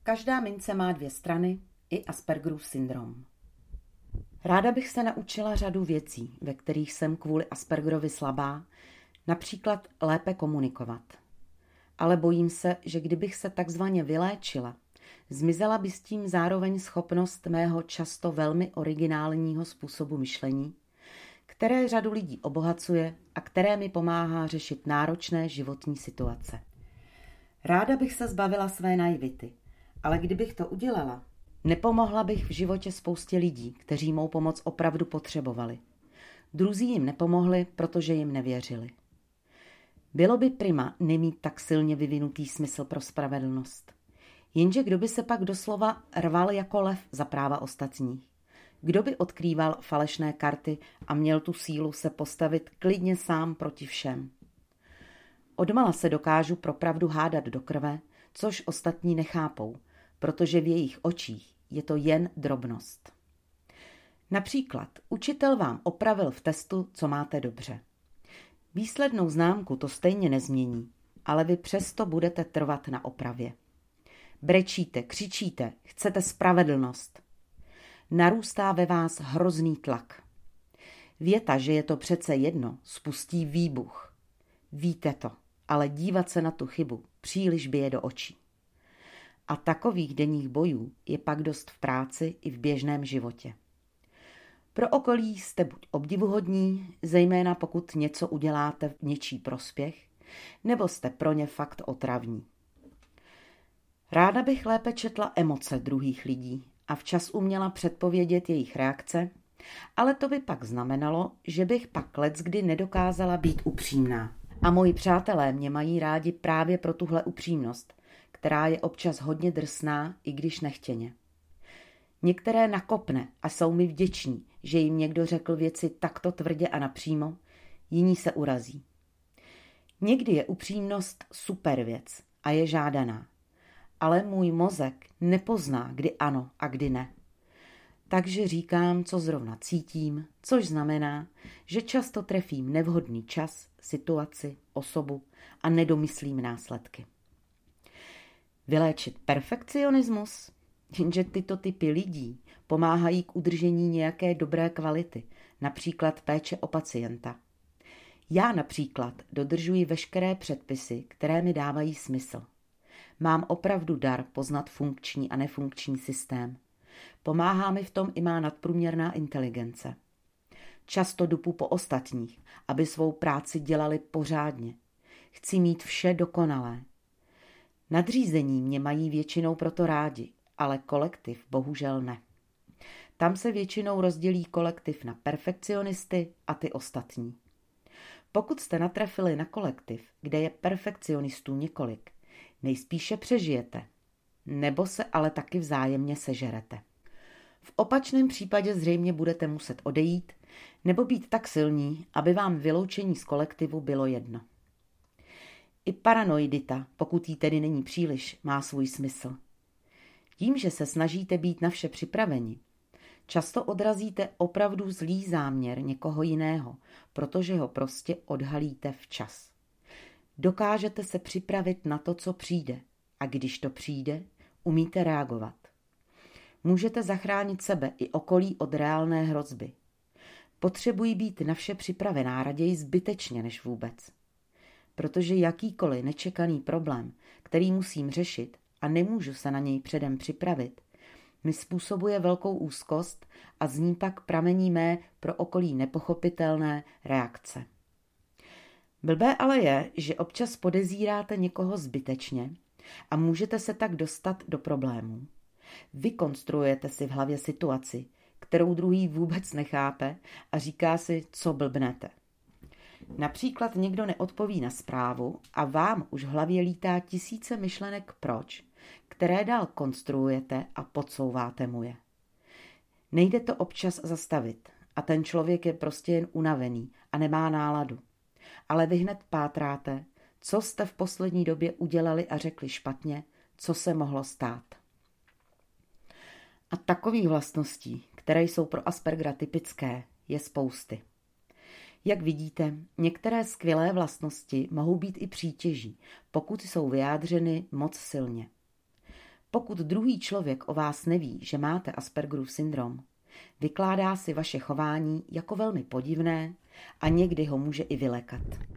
Každá mince má dvě strany, i Aspergerův syndrom. Ráda bych se naučila řadu věcí, ve kterých jsem kvůli Aspergerovi slabá, například lépe komunikovat. Ale bojím se, že kdybych se takzvaně vyléčila, zmizela by s tím zároveň schopnost mého často velmi originálního způsobu myšlení, které řadu lidí obohacuje a které mi pomáhá řešit náročné životní situace. Ráda bych se zbavila své naivity, ale kdybych to udělala, nepomohla bych v životě spoustě lidí, kteří mou pomoc opravdu potřebovali. Druzí jim nepomohli, protože jim nevěřili. Bylo by prima nemít tak silně vyvinutý smysl pro spravedlnost. Jenže kdo by se pak doslova rval jako lev za práva ostatních? Kdo by odkrýval falešné karty a měl tu sílu se postavit klidně sám proti všem? Odmala se dokážu pro pravdu hádat do krve, což ostatní nechápou, protože v jejich očích je to jen drobnost. Například učitel vám opravil v testu, co máte dobře. Výslednou známku to stejně nezmění, ale vy přesto budete trvat na opravě. Brečíte, křičíte, chcete spravedlnost. Narůstá ve vás hrozný tlak. Věta, že je to přece jedno, spustí výbuch. Víte to, ale dívat se na tu chybu příliš bije do očí. A takových denních bojů je pak dost v práci i v běžném životě. Pro okolí jste buď obdivuhodní, zejména pokud něco uděláte v něčí prospěch, nebo jste pro ně fakt otravní. Ráda bych lépe četla emoce druhých lidí a včas uměla předpovědět jejich reakce, ale to by pak znamenalo, že bych pak leckdy nedokázala být upřímná. A moji přátelé mě mají rádi právě pro tuhle upřímnost, která je občas hodně drsná, i když nechtěně. Některé nakopne a jsou mi vděční, že jim někdo řekl věci takto tvrdě a napřímo, jiní se urazí. Někdy je upřímnost super věc a je žádaná, ale můj mozek nepozná, kdy ano a kdy ne. Takže říkám, co zrovna cítím, což znamená, že často trefím nevhodný čas, situaci, osobu a nedomyslím následky. Vyléčit perfekcionismus? Jenže tyto typy lidí pomáhají k udržení nějaké dobré kvality, například péče o pacienta. Já například dodržuji veškeré předpisy, které mi dávají smysl. Mám opravdu dar poznat funkční a nefunkční systém. Pomáhá mi v tom i má nadprůměrná inteligence. Často dupu po ostatních, aby svou práci dělali pořádně. Chci mít vše dokonalé. Nadřízení mě mají většinou proto rádi, ale kolektiv bohužel ne. Tam se většinou rozdělí kolektiv na perfekcionisty a ty ostatní. Pokud jste natrefili na kolektiv, kde je perfekcionistů několik, nejspíše přežijete, nebo se ale taky vzájemně sežerete. V opačném případě zřejmě budete muset odejít nebo být tak silní, aby vám vyloučení z kolektivu bylo jedno. I paranoidita, pokud jí tedy není příliš, má svůj smysl. Tím, že se snažíte být na vše připraveni, často odrazíte opravdu zlý záměr někoho jiného, protože ho prostě odhalíte včas. Dokážete se připravit na to, co přijde, a když to přijde, umíte reagovat. Můžete zachránit sebe i okolí od reálné hrozby. Potřebuji být na vše připravená raději zbytečně než vůbec. Protože jakýkoliv nečekaný problém, který musím řešit a nemůžu se na něj předem připravit, mi způsobuje velkou úzkost a z ní pak pramení mé pro okolí nepochopitelné reakce. Blbé ale je, že občas podezíráte někoho zbytečně a můžete se tak dostat do problémů. Vykonstruujete si v hlavě situaci, kterou druhý vůbec nechápe a říká si, co blbnete. Například někdo neodpoví na zprávu a vám už v hlavě lítá tisíce myšlenek proč, které dál konstruujete a podsouváte mu je. Nejde to občas zastavit a ten člověk je prostě jen unavený a nemá náladu. Ale vy hned pátráte, co jste v poslední době udělali a řekli špatně, co se mohlo stát. A takových vlastností, které jsou pro Aspergera typické, je spousty. Jak vidíte, některé skvělé vlastnosti mohou být i přítěží, pokud jsou vyjádřeny moc silně. Pokud druhý člověk o vás neví, že máte Aspergerův syndrom, vykládá si vaše chování jako velmi podivné a někdy ho může i vylekat.